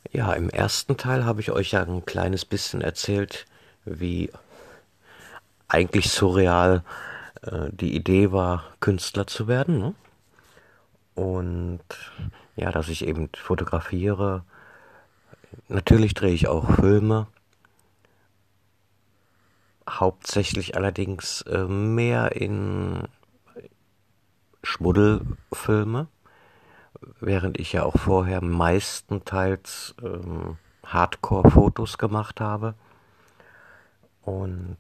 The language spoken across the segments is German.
Ja, im ersten Teil habe ich euch ja ein kleines bisschen erzählt, wie eigentlich surreal die Idee war, Künstler zu werden, ne? Und ja, dass ich eben fotografiere. Natürlich drehe ich auch Filme, hauptsächlich allerdings mehr in Schmuddelfilme, während ich ja auch vorher meistenteils Hardcore-Fotos gemacht habe. Und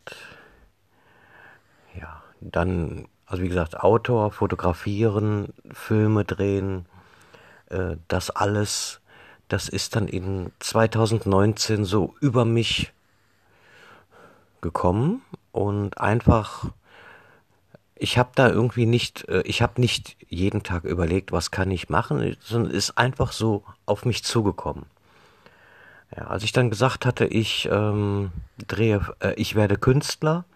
ja, dann, also wie gesagt, Autor, fotografieren, Filme drehen, das alles, das ist dann in 2019 so über mich gekommen und einfach, ich habe da irgendwie nicht, ich habe nicht jeden Tag überlegt, was kann ich machen, sondern ist einfach so auf mich zugekommen. Ja, als ich dann gesagt hatte, ich werde Künstler,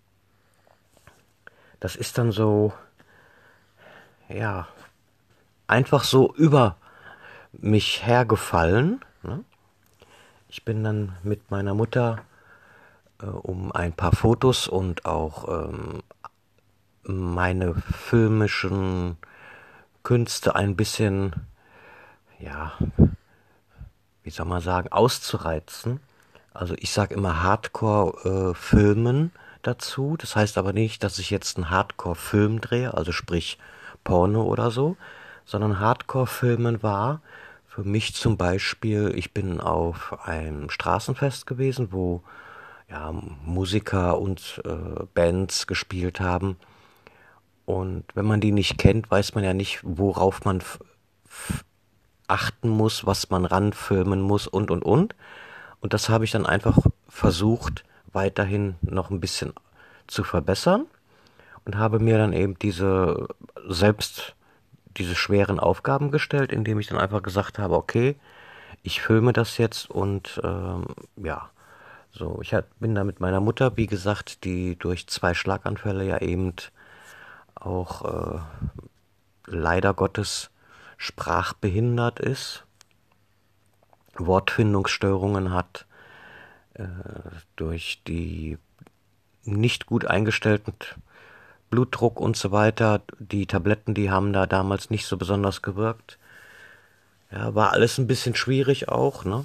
das ist dann so, ja, einfach so über mich hergefallen. Ne? Ich bin dann mit meiner Mutter um ein paar Fotos und auch meine filmischen Künste ein bisschen, ja, wie soll man sagen, auszureizen. Also ich sage immer Hardcore-Filmen dazu. Das heißt aber nicht, dass ich jetzt einen Hardcore-Film drehe, also sprich Porno oder so, sondern Hardcore-Filmen war für mich zum Beispiel, ich bin auf einem Straßenfest gewesen, wo ja, Musiker und Bands gespielt haben. Und wenn man die nicht kennt, weiß man ja nicht, worauf man achten muss, was man ranfilmen muss und. Und das habe ich dann einfach versucht, weiterhin noch ein bisschen zu verbessern und habe mir dann eben selbst diese schweren Aufgaben gestellt, indem ich dann einfach gesagt habe, okay, ich filme das jetzt und ja, so, bin da mit meiner Mutter, wie gesagt, die durch zwei Schlaganfälle ja eben auch leider Gottes sprachbehindert ist, Wortfindungsstörungen hat, durch die nicht gut eingestellten Blutdruck und so weiter. Die Tabletten, die haben da damals nicht so besonders gewirkt. Ja, war alles ein bisschen schwierig auch, ne?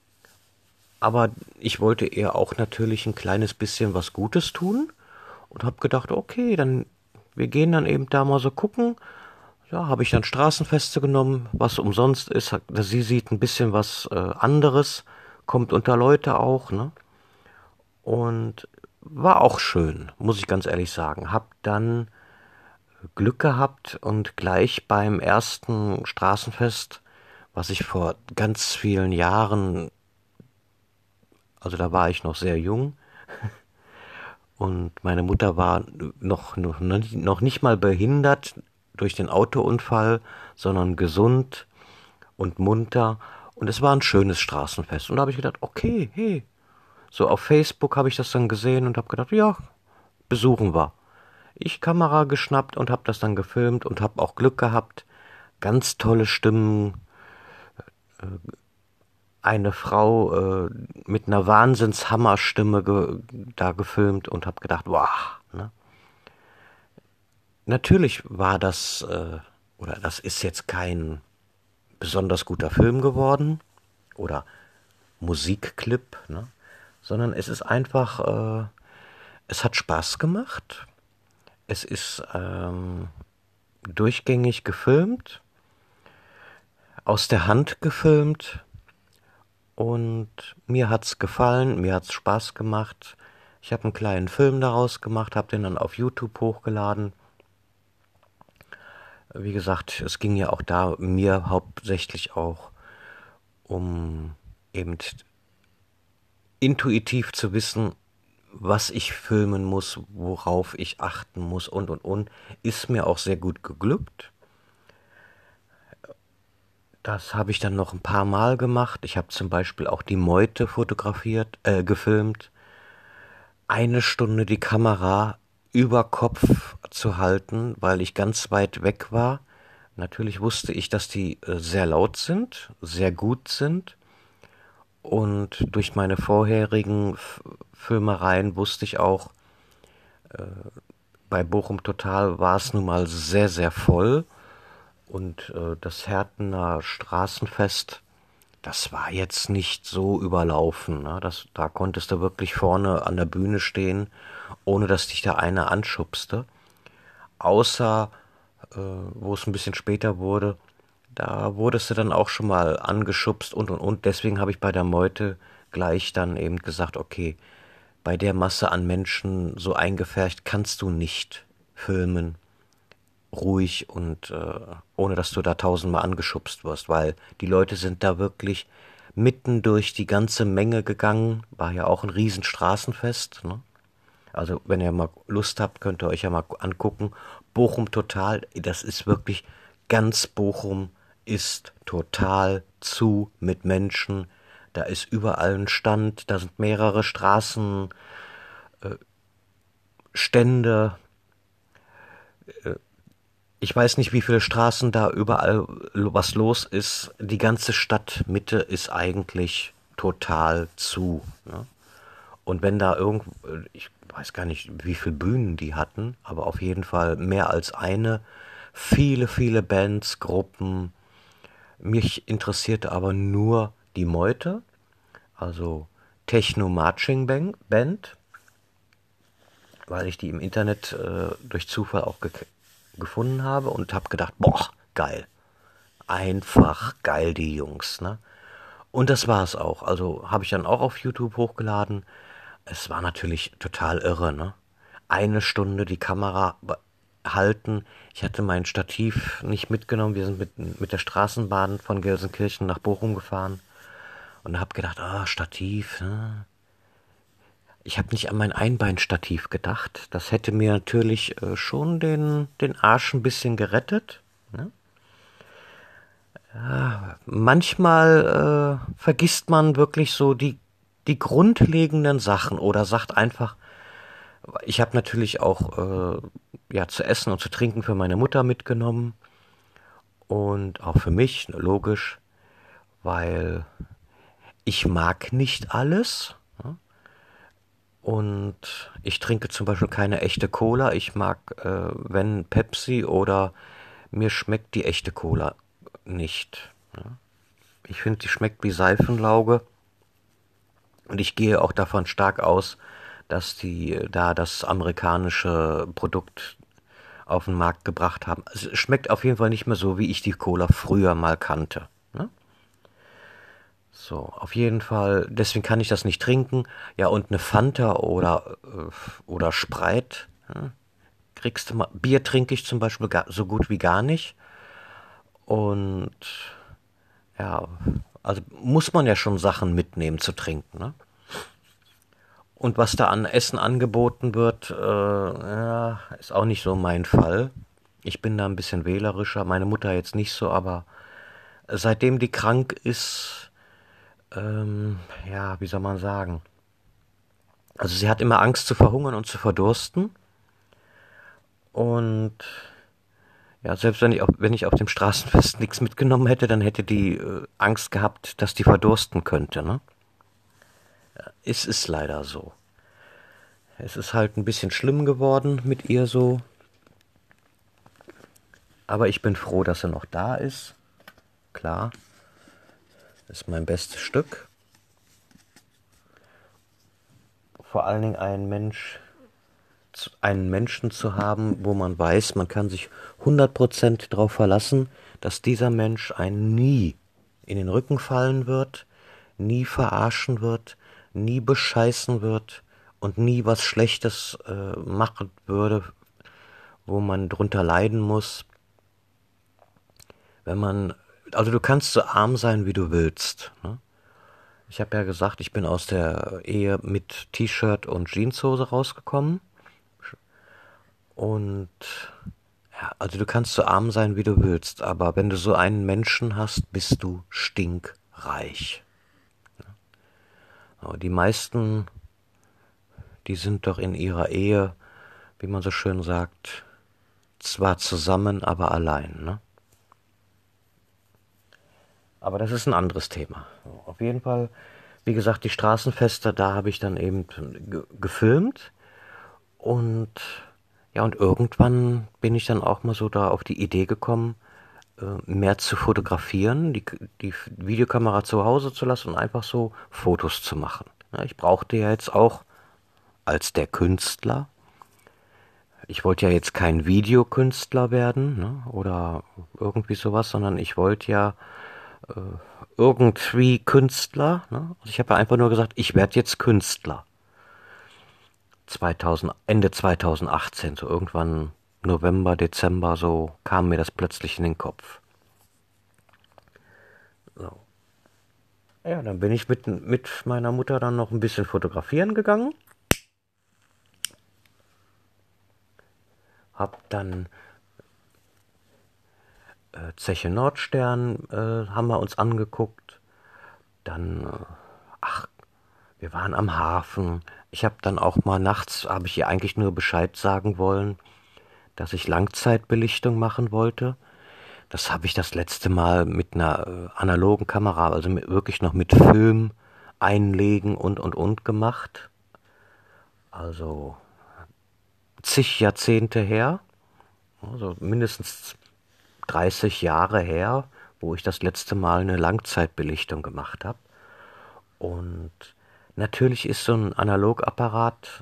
Aber ich wollte ihr auch natürlich ein kleines bisschen was Gutes tun und habe gedacht, okay, dann wir gehen dann eben da mal so gucken. Ja, habe ich dann Straßenfeste genommen, was umsonst ist. Sie sieht ein bisschen was anderes, kommt unter Leute auch, ne? Und war auch schön, muss ich ganz ehrlich sagen. Hab dann Glück gehabt und gleich beim ersten Straßenfest, was ich vor ganz vielen Jahren, also da war ich noch sehr jung und meine Mutter war noch nicht mal behindert durch den Autounfall, sondern gesund und munter. Und es war ein schönes Straßenfest. Und da habe ich gedacht, okay, hey, so auf Facebook habe ich das dann gesehen und habe gedacht, ja, besuchen wir. Ich Kamera geschnappt und habe das dann gefilmt und habe auch Glück gehabt. Ganz tolle Stimmen, eine Frau mit einer Wahnsinnshammerstimme da gefilmt und habe gedacht, wow. Ne? Natürlich war oder das ist jetzt kein besonders guter Film geworden oder Musikclip, ne? Sondern es ist einfach, es hat Spaß gemacht. Es ist durchgängig gefilmt, aus der Hand gefilmt und mir hat's gefallen, mir hat's Spaß gemacht. Ich habe einen kleinen Film daraus gemacht, habe den dann auf YouTube hochgeladen. Wie gesagt, es ging ja auch da mir hauptsächlich auch um eben intuitiv zu wissen, was ich filmen muss, worauf ich achten muss und. Ist mir auch sehr gut geglückt. Das habe ich dann noch ein paar Mal gemacht. Ich habe zum Beispiel auch die Meute gefilmt. Eine Stunde die Kamera über Kopf zu halten, weil ich ganz weit weg war. Natürlich wusste ich, dass die sehr laut sind, sehr gut sind. Und durch meine vorherigen Filmereien wusste ich auch, bei Bochum Total war es nun mal sehr, sehr voll. Und das Hertener Straßenfest, das war jetzt nicht so überlaufen. Ne? Da konntest du wirklich vorne an der Bühne stehen, ohne dass dich da einer anschubste. Außer, wo es ein bisschen später wurde, da wurdest du dann auch schon mal angeschubst und. Deswegen habe ich bei der Meute gleich dann eben gesagt, okay, bei der Masse an Menschen so eingefärbt kannst du nicht filmen, ruhig und ohne dass du da tausendmal angeschubst wirst, weil die Leute sind da wirklich mitten durch die ganze Menge gegangen. War ja auch ein Riesenstraßenfest, ne? Also wenn ihr mal Lust habt, könnt ihr euch ja mal angucken. Bochum Total, das ist wirklich ganz Bochum ist total zu mit Menschen. Da ist überall ein Stand, da sind mehrere Straßen, Stände. Ich weiß nicht, wie viele Straßen da überall was los ist. Die ganze Stadtmitte ist eigentlich total zu. Ne? Und wenn da ich weiß gar nicht, wie viele Bühnen die hatten, aber auf jeden Fall mehr als eine, viele, viele Bands, Gruppen. Mich interessierte aber nur die Meute, also Techno Marching Band, weil ich die im Internet durch Zufall auch gefunden habe und habe gedacht, boah, geil. Einfach geil, die Jungs, ne? Und das war es auch. Also habe ich dann auch auf YouTube hochgeladen. Es war natürlich total irre, ne? Eine Stunde die Kamera halten. Ich hatte mein Stativ nicht mitgenommen. Wir sind mit der Straßenbahn von Gelsenkirchen nach Bochum gefahren und habe gedacht, ah, Stativ. Ne? Ich habe nicht an mein Einbeinstativ gedacht. Das hätte mir natürlich schon den Arsch ein bisschen gerettet. Ne? Manchmal vergisst man wirklich so die grundlegenden Sachen oder sagt einfach, ich habe natürlich auch ja, zu essen und zu trinken für meine Mutter mitgenommen und auch für mich, logisch, weil ich mag nicht alles. Ne? Und ich trinke zum Beispiel keine echte Cola. Ich mag, wenn Pepsi oder mir schmeckt die echte Cola nicht. Ne? Ich finde, die schmeckt wie Seifenlauge. Und ich gehe auch davon stark aus, dass die da das amerikanische Produkt auf den Markt gebracht haben. Es schmeckt auf jeden Fall nicht mehr so, wie ich die Cola früher mal kannte. Ne? So, auf jeden Fall, deswegen kann ich das nicht trinken. Ja, und eine Fanta oder Sprite, ja, kriegst du mal. Bier trinke ich zum Beispiel so gut wie gar nicht. Und ja, also muss man ja schon Sachen mitnehmen zu trinken, ne? Und was da an Essen angeboten wird, ja, ist auch nicht so mein Fall. Ich bin da ein bisschen wählerischer, meine Mutter jetzt nicht so, aber seitdem die krank ist, ja, wie soll man sagen? Also sie hat immer Angst zu verhungern und zu verdursten. Und ja, selbst wenn ich auf dem Straßenfest nichts mitgenommen hätte, dann hätte die Angst gehabt, dass die verdursten könnte. Ne? Es ist leider so. Es ist halt ein bisschen schlimm geworden mit ihr so. Aber ich bin froh, dass sie noch da ist. Klar, ist mein bestes Stück. Vor allen Dingen einen Menschen zu haben, wo man weiß, man kann sich 100% darauf verlassen, dass dieser Mensch einen nie in den Rücken fallen wird, nie verarschen wird, nie bescheißen wird und nie was Schlechtes machen würde, wo man drunter leiden muss. Wenn man, also du kannst so arm sein, wie du willst. Ne? Ich habe ja gesagt, ich bin aus der Ehe mit T-Shirt und Jeanshose rausgekommen. Und ja, also du kannst so arm sein, wie du willst, aber wenn du so einen Menschen hast, bist du stinkreich. Aber die meisten, die sind doch in ihrer Ehe, wie man so schön sagt, zwar zusammen, aber allein. Ne? Aber das ist ein anderes Thema. Auf jeden Fall wie gesagt, die Straßenfeste, da habe ich dann eben gefilmt und ja, und irgendwann bin ich dann auch mal so da auf die Idee gekommen, mehr zu fotografieren, die Videokamera zu Hause zu lassen und einfach so Fotos zu machen. Ja, ich brauchte ja jetzt auch als der Künstler, ich wollte ja jetzt kein Videokünstler werden, ne, oder irgendwie sowas, sondern ich wollte ja irgendwie Künstler. Ne? Also ich habe ja einfach nur gesagt, ich werde jetzt Künstler. Ende 2018, so irgendwann November, Dezember, so kam mir das plötzlich in den Kopf. So. Ja, dann bin ich mit meiner Mutter dann noch ein bisschen fotografieren gegangen. Hab dann Zeche Nordstern haben wir uns angeguckt. Dann, ach, wir waren am Hafen. Ich habe dann auch mal nachts, habe ich ihr eigentlich nur Bescheid sagen wollen, dass ich Langzeitbelichtung machen wollte. Das habe ich das letzte Mal mit einer analogen Kamera, also wirklich noch mit Film einlegen und gemacht. Also zig Jahrzehnte her, also mindestens 30 Jahre her, wo ich das letzte Mal eine Langzeitbelichtung gemacht habe. Und natürlich ist so ein Analogapparat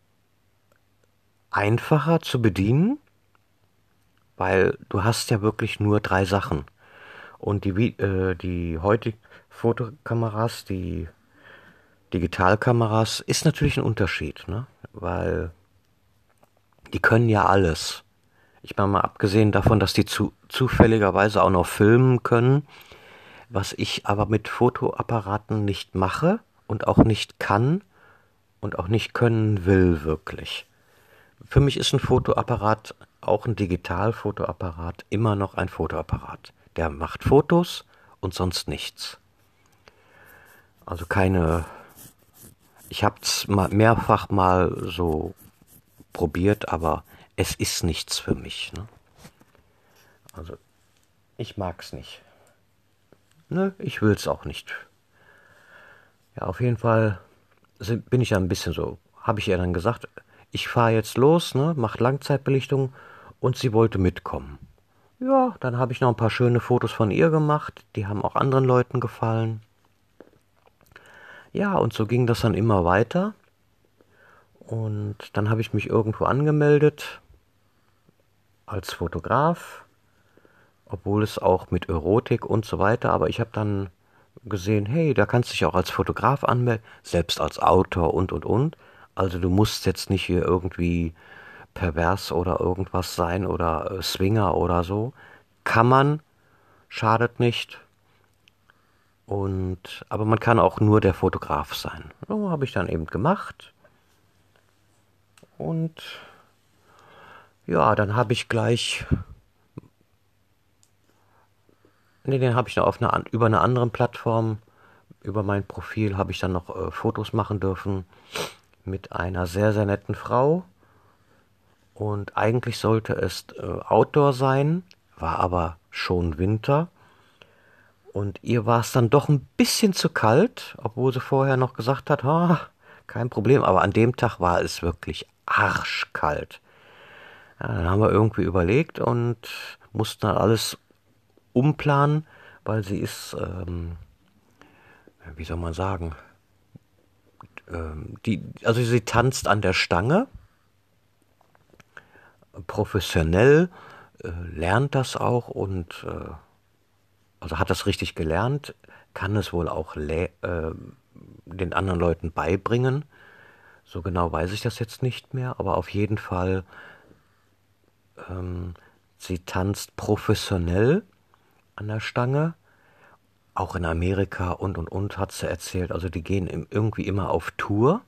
einfacher zu bedienen, weil du hast ja wirklich nur drei Sachen. Und die heutigen Fotokameras, die Digitalkameras, ist natürlich ein Unterschied, ne? Weil die können ja alles. Ich meine mal abgesehen davon, dass die zufälligerweise auch noch filmen können, was ich aber mit Fotoapparaten nicht mache und auch nicht kann und auch nicht können will wirklich. Für mich ist ein Fotoapparat, auch ein Digitalfotoapparat, immer noch ein Fotoapparat. Der macht Fotos und sonst nichts. Also keine. Ich habe es mal mehrfach mal so probiert, aber es ist nichts für mich. Ne? Also ich mag's nicht. Ne, ich will's auch nicht. Ja, auf jeden Fall bin ich ja ein bisschen so. Habe ich ihr dann gesagt, ich fahre jetzt los, ne, macht Langzeitbelichtung und sie wollte mitkommen. Ja, dann habe ich noch ein paar schöne Fotos von ihr gemacht. Die haben auch anderen Leuten gefallen. Ja, und so ging das dann immer weiter. Und dann habe ich mich irgendwo angemeldet als Fotograf, obwohl es auch mit Erotik und so weiter, aber ich habe dann gesehen, hey, da kannst du dich auch als Fotograf anmelden, selbst als Autor und. Also du musst jetzt nicht hier irgendwie pervers oder irgendwas sein oder Swinger oder so. Kann man, schadet nicht. Und, aber man kann auch nur der Fotograf sein. So habe ich dann eben gemacht. Und ja, dann habe ich gleich, nee, den habe ich noch über eine andere Plattform, über mein Profil habe ich dann noch Fotos machen dürfen mit einer sehr, sehr netten Frau. Und eigentlich sollte es Outdoor sein, war aber schon Winter. Und ihr war es dann doch ein bisschen zu kalt, obwohl sie vorher noch gesagt hat, kein Problem. Aber an dem Tag war es wirklich arschkalt. Ja, dann haben wir irgendwie überlegt und mussten dann alles umplanen, weil sie ist, wie soll man sagen, also sie tanzt an der Stange, professionell, lernt das auch und also hat das richtig gelernt, kann es wohl auch den anderen Leuten beibringen. So genau weiß ich das jetzt nicht mehr, aber auf jeden Fall, sie tanzt professionell an der Stange. Auch in Amerika und hat sie erzählt. Also die gehen irgendwie immer auf Tour.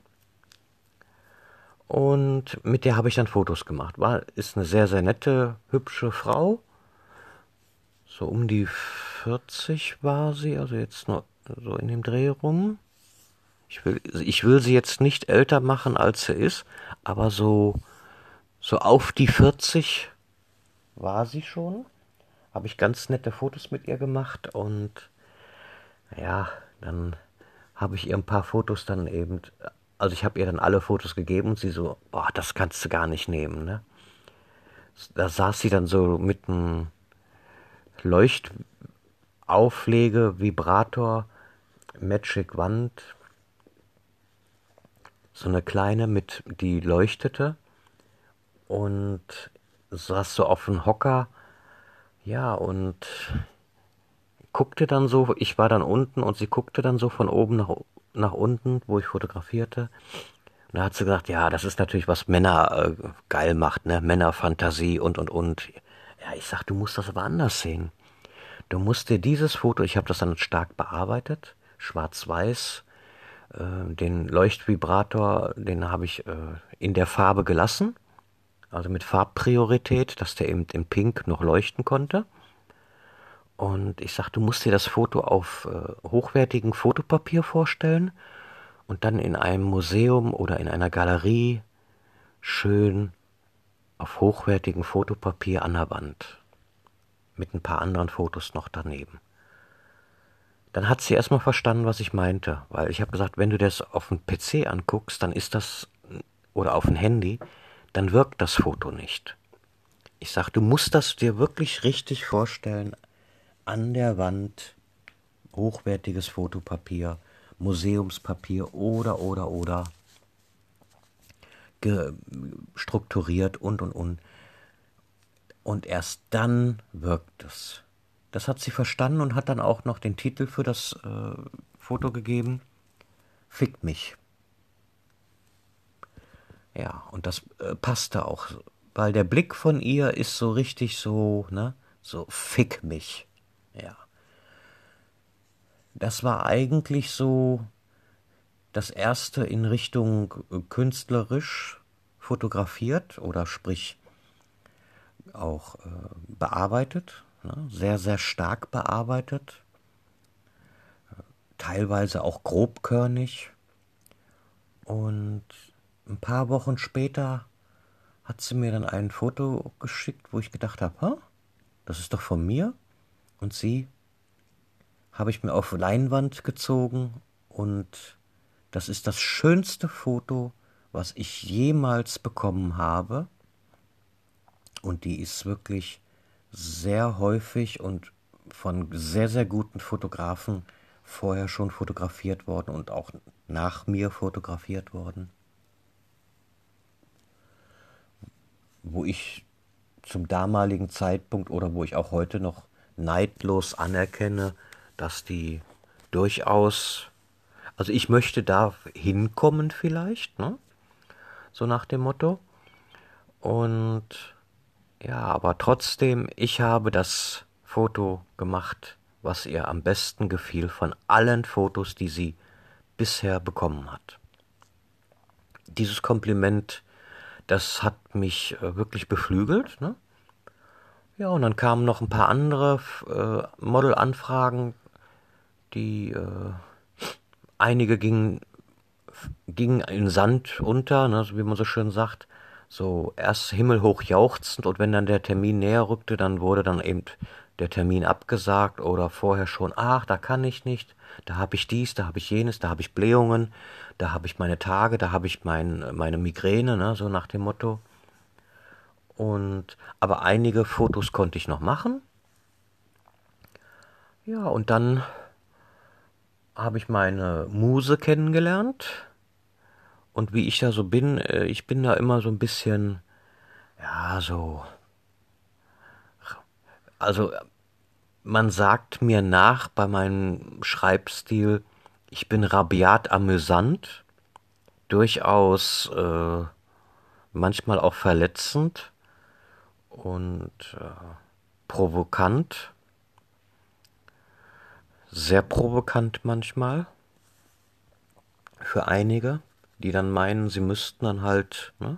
Und mit der habe ich dann Fotos gemacht. Ist eine sehr, sehr nette, hübsche Frau. So um die 40 war sie, also jetzt nur so in dem Dreh rum. Ich will sie jetzt nicht älter machen, als sie ist, aber so auf die 40 war sie schon. Habe ich ganz nette Fotos mit ihr gemacht und ja, dann habe ich ihr ein paar Fotos dann eben, also ich habe ihr dann alle Fotos gegeben und sie so, oh, das kannst du gar nicht nehmen, ne? Da saß sie dann so mit einem Leuchtauflege, Vibrator, Magic Wand, so eine kleine mit, die leuchtete und saß so auf dem Hocker, ja, und guckte dann so, ich war dann unten und sie guckte dann so von oben nach unten, wo ich fotografierte. Und da hat sie gesagt, ja, das ist natürlich, was Männer geil macht, ne? Männerfantasie und. Ja, ich sag, du musst das aber anders sehen. Du musst dir dieses Foto, ich habe das dann stark bearbeitet, schwarz-weiß, den Leuchtvibrator, den habe ich in der Farbe gelassen, also mit Farbpriorität, dass der eben im Pink noch leuchten konnte. Und ich sag, du musst dir das Foto auf hochwertigem Fotopapier vorstellen und dann in einem Museum oder in einer Galerie schön auf hochwertigem Fotopapier an der Wand mit ein paar anderen Fotos noch daneben. Dann hat sie erstmal verstanden, was ich meinte, weil ich habe gesagt, wenn du das auf dem PC anguckst, dann ist das, oder auf dem Handy, dann wirkt das Foto nicht. Ich sag, du musst das dir wirklich richtig vorstellen, an der Wand, hochwertiges Fotopapier, Museumspapier oder, strukturiert und. Und erst dann wirkt es. Das hat sie verstanden und hat dann auch noch den Titel für das Foto gegeben. Fick mich. Ja, und das passte auch, weil der Blick von ihr ist so richtig so, ne, so fick mich. Ja, das war eigentlich so das erste in Richtung künstlerisch fotografiert oder sprich auch bearbeitet, ne, sehr, sehr stark bearbeitet, teilweise auch grobkörnig. Und ein paar Wochen später hat sie mir dann ein Foto geschickt, wo ich gedacht habe, das ist doch von mir. Und sie habe ich mir auf Leinwand gezogen und das ist das schönste Foto, was ich jemals bekommen habe. Und die ist wirklich sehr häufig und von sehr, sehr guten Fotografen vorher schon fotografiert worden und auch nach mir fotografiert worden, wo ich zum damaligen Zeitpunkt oder wo ich auch heute noch neidlos anerkenne, dass die durchaus, also ich möchte da hinkommen vielleicht, ne? So nach dem Motto. Und ja, aber trotzdem, ich habe das Foto gemacht, was ihr am besten gefiel von allen Fotos, die sie bisher bekommen hat. Dieses Kompliment, das hat mich wirklich beflügelt, ne? Ja, und dann kamen noch ein paar andere Modelanfragen, die einige gingen in Sand unter, ne, so wie man so schön sagt. So erst himmelhoch jauchzend und wenn dann der Termin näher rückte, dann wurde dann eben der Termin abgesagt oder vorher schon, ach, da kann ich nicht, da habe ich dies, da habe ich jenes, da habe ich Blähungen, da habe ich meine Tage, da habe ich meine Migräne, ne, so nach dem Motto. Und aber einige Fotos konnte ich noch machen. Ja, und dann habe ich meine Muse kennengelernt. Und wie ich da so bin, ich bin da immer so ein bisschen, ja, so, also man sagt mir nach bei meinem Schreibstil, ich bin rabiat amüsant, durchaus manchmal auch verletzend und provokant, sehr provokant manchmal für einige, die dann meinen, sie müssten dann halt, ne,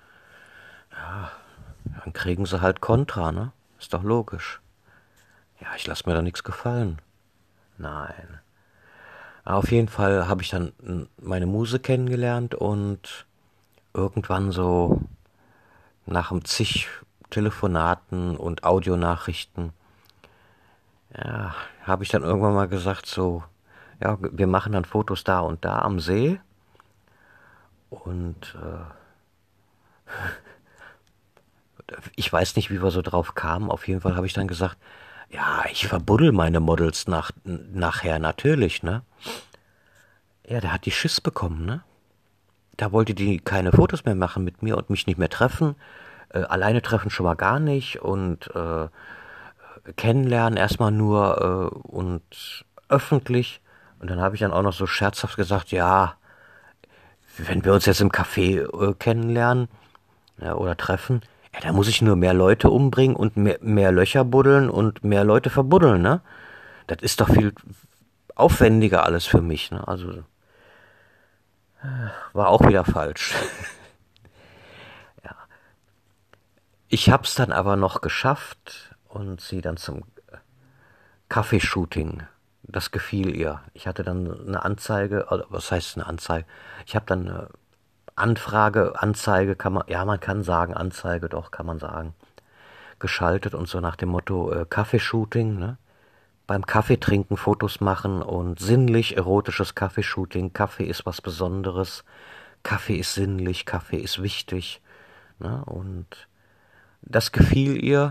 dann kriegen sie halt Kontra, ne? Ist doch logisch. Ja, ich lasse mir da nichts gefallen. Nein. Auf jeden Fall habe ich dann meine Muse kennengelernt und irgendwann so nach einem zig Telefonaten und Audionachrichten, ja, habe ich dann irgendwann mal gesagt so, Ja, wir machen dann Fotos da und da am See und ich weiß nicht, wie wir so drauf kamen. Auf jeden Fall habe ich dann gesagt, ja, ich verbuddel meine Models nachher natürlich, ne? Ja, der hat die Schiss bekommen, ne? Da wollte die keine Fotos mehr machen mit mir und mich nicht mehr treffen. Alleine treffen schon mal gar nicht und kennenlernen erstmal nur und öffentlich. Und dann habe ich dann auch noch so scherzhaft gesagt, ja, wenn wir uns jetzt im Café kennenlernen, ja, oder treffen, ja, da muss ich nur mehr Leute umbringen und mehr Löcher buddeln und mehr Leute verbuddeln, ne? Das ist doch viel aufwendiger alles für mich, ne? Also war auch wieder falsch. Ich hab's dann aber noch geschafft und sie dann zum Kaffeeshooting. Das gefiel ihr. Ich hatte dann eine Anzeige, also was heißt eine Anzeige? Ich habe dann eine Anfrage, Anzeige kann man, ja, man kann sagen, Anzeige, doch, kann man sagen, geschaltet und so nach dem Motto Kaffeeshooting, ne? Beim Kaffeetrinken Fotos machen und sinnlich erotisches Kaffeeshooting. Kaffee ist was Besonderes. Kaffee ist sinnlich, Kaffee ist wichtig, ne? Und das gefiel ihr.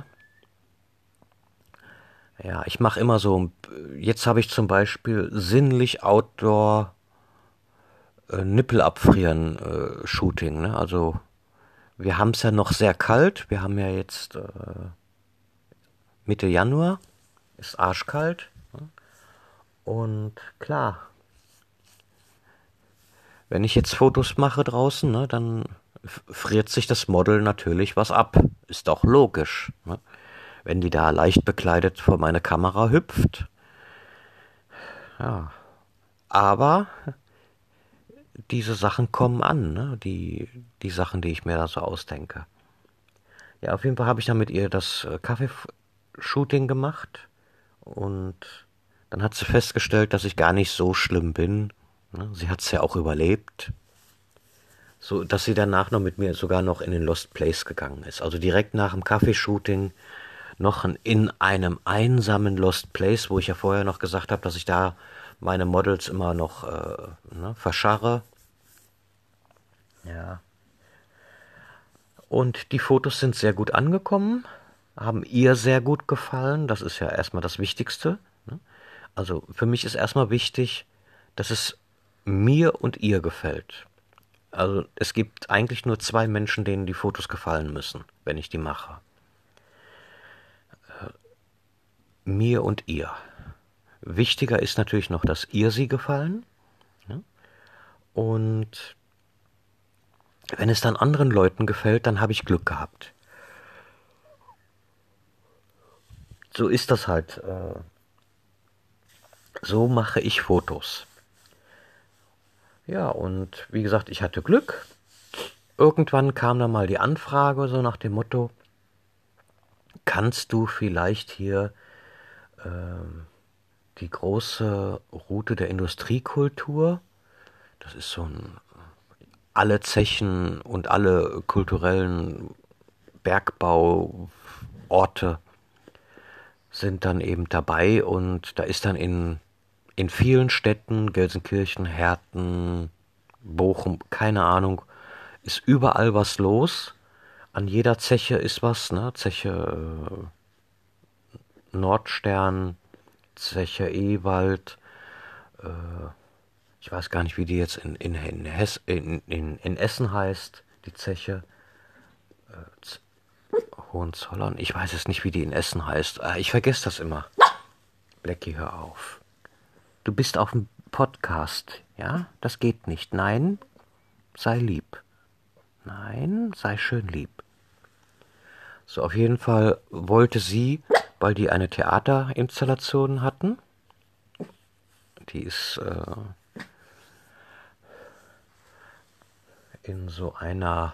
Ja, ich mache immer so, jetzt habe ich zum Beispiel sinnlich Outdoor Nippel abfrieren Shooting, ne? Also wir haben es ja noch sehr kalt. Wir haben ja jetzt Mitte Januar, ist arschkalt. Und klar, wenn ich jetzt Fotos mache draußen, ne, dann friert sich das Model natürlich was ab. Ist doch logisch, ne? Wenn die da leicht bekleidet vor meine Kamera hüpft. Ja. Aber diese Sachen kommen an, ne? Die Sachen, die ich mir da so ausdenke. Ja, auf jeden Fall habe ich dann mit ihr das Kaffeeshooting gemacht und dann hat sie festgestellt, dass ich gar nicht so schlimm bin. Ne? Sie hat es ja auch überlebt, so dass sie danach noch mit mir sogar noch in den Lost Place gegangen ist. Also direkt nach dem Kaffeeshooting noch in einem einsamen Lost Place, wo ich ja vorher noch gesagt habe, dass ich da meine Models immer noch ne, verscharre. Ja. Und die Fotos sind sehr gut angekommen, haben ihr sehr gut gefallen. Das ist ja erstmal das Wichtigste. Ne? Also für mich ist erstmal wichtig, dass es mir und ihr gefällt. Also es gibt eigentlich nur zwei Menschen, denen die Fotos gefallen müssen, wenn ich die mache. Mir und ihr. Wichtiger ist natürlich noch, dass ihr sie gefallen. Ne? Und wenn es dann anderen Leuten gefällt, dann habe ich Glück gehabt. So ist das halt. So mache ich Fotos. Ja, und wie gesagt, ich hatte Glück. Irgendwann kam dann mal die Anfrage, so nach dem Motto, kannst du vielleicht hier die große Route der Industriekultur, das ist so ein, alle Zechen und alle kulturellen Bergbauorte sind dann eben dabei und da ist dann in vielen Städten, Gelsenkirchen, Herten, Bochum, keine Ahnung, ist überall was los. An jeder Zeche ist was, ne? Zeche Nordstern, Zeche Ewald, ich weiß gar nicht, wie die jetzt in Essen heißt, die Zeche. Hohenzollern, ich weiß es nicht, wie die in Essen heißt. Ich vergesse das immer. Blackie, hör auf. Du bist auf dem Podcast, ja? Das geht nicht. Nein, sei lieb. Nein, sei schön lieb. So, auf jeden Fall wollte sie, weil die eine Theaterinstallation hatten, die ist in so einer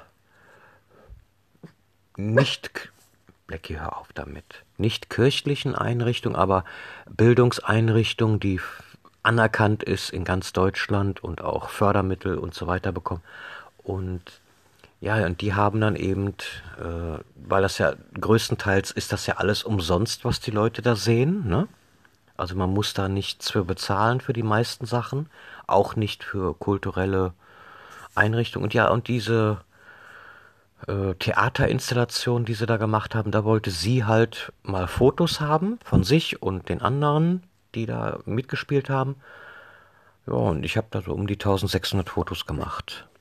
nicht, Blackie, hör auf damit, nicht kirchlichen Einrichtung, aber Bildungseinrichtung, die anerkannt ist in ganz Deutschland und auch Fördermittel und so weiter bekommen. Und ja, und die haben dann eben, weil das ja größtenteils ist das ja alles umsonst, was die Leute da sehen, ne? Also man muss da nichts für bezahlen für die meisten Sachen, auch nicht für kulturelle Einrichtungen. Und ja, und diese Theaterinstallation, die sie da gemacht haben, da wollte sie halt mal Fotos haben von sich und den anderen, die da mitgespielt haben. Ja, und ich habe da so um die 1600 Fotos gemacht.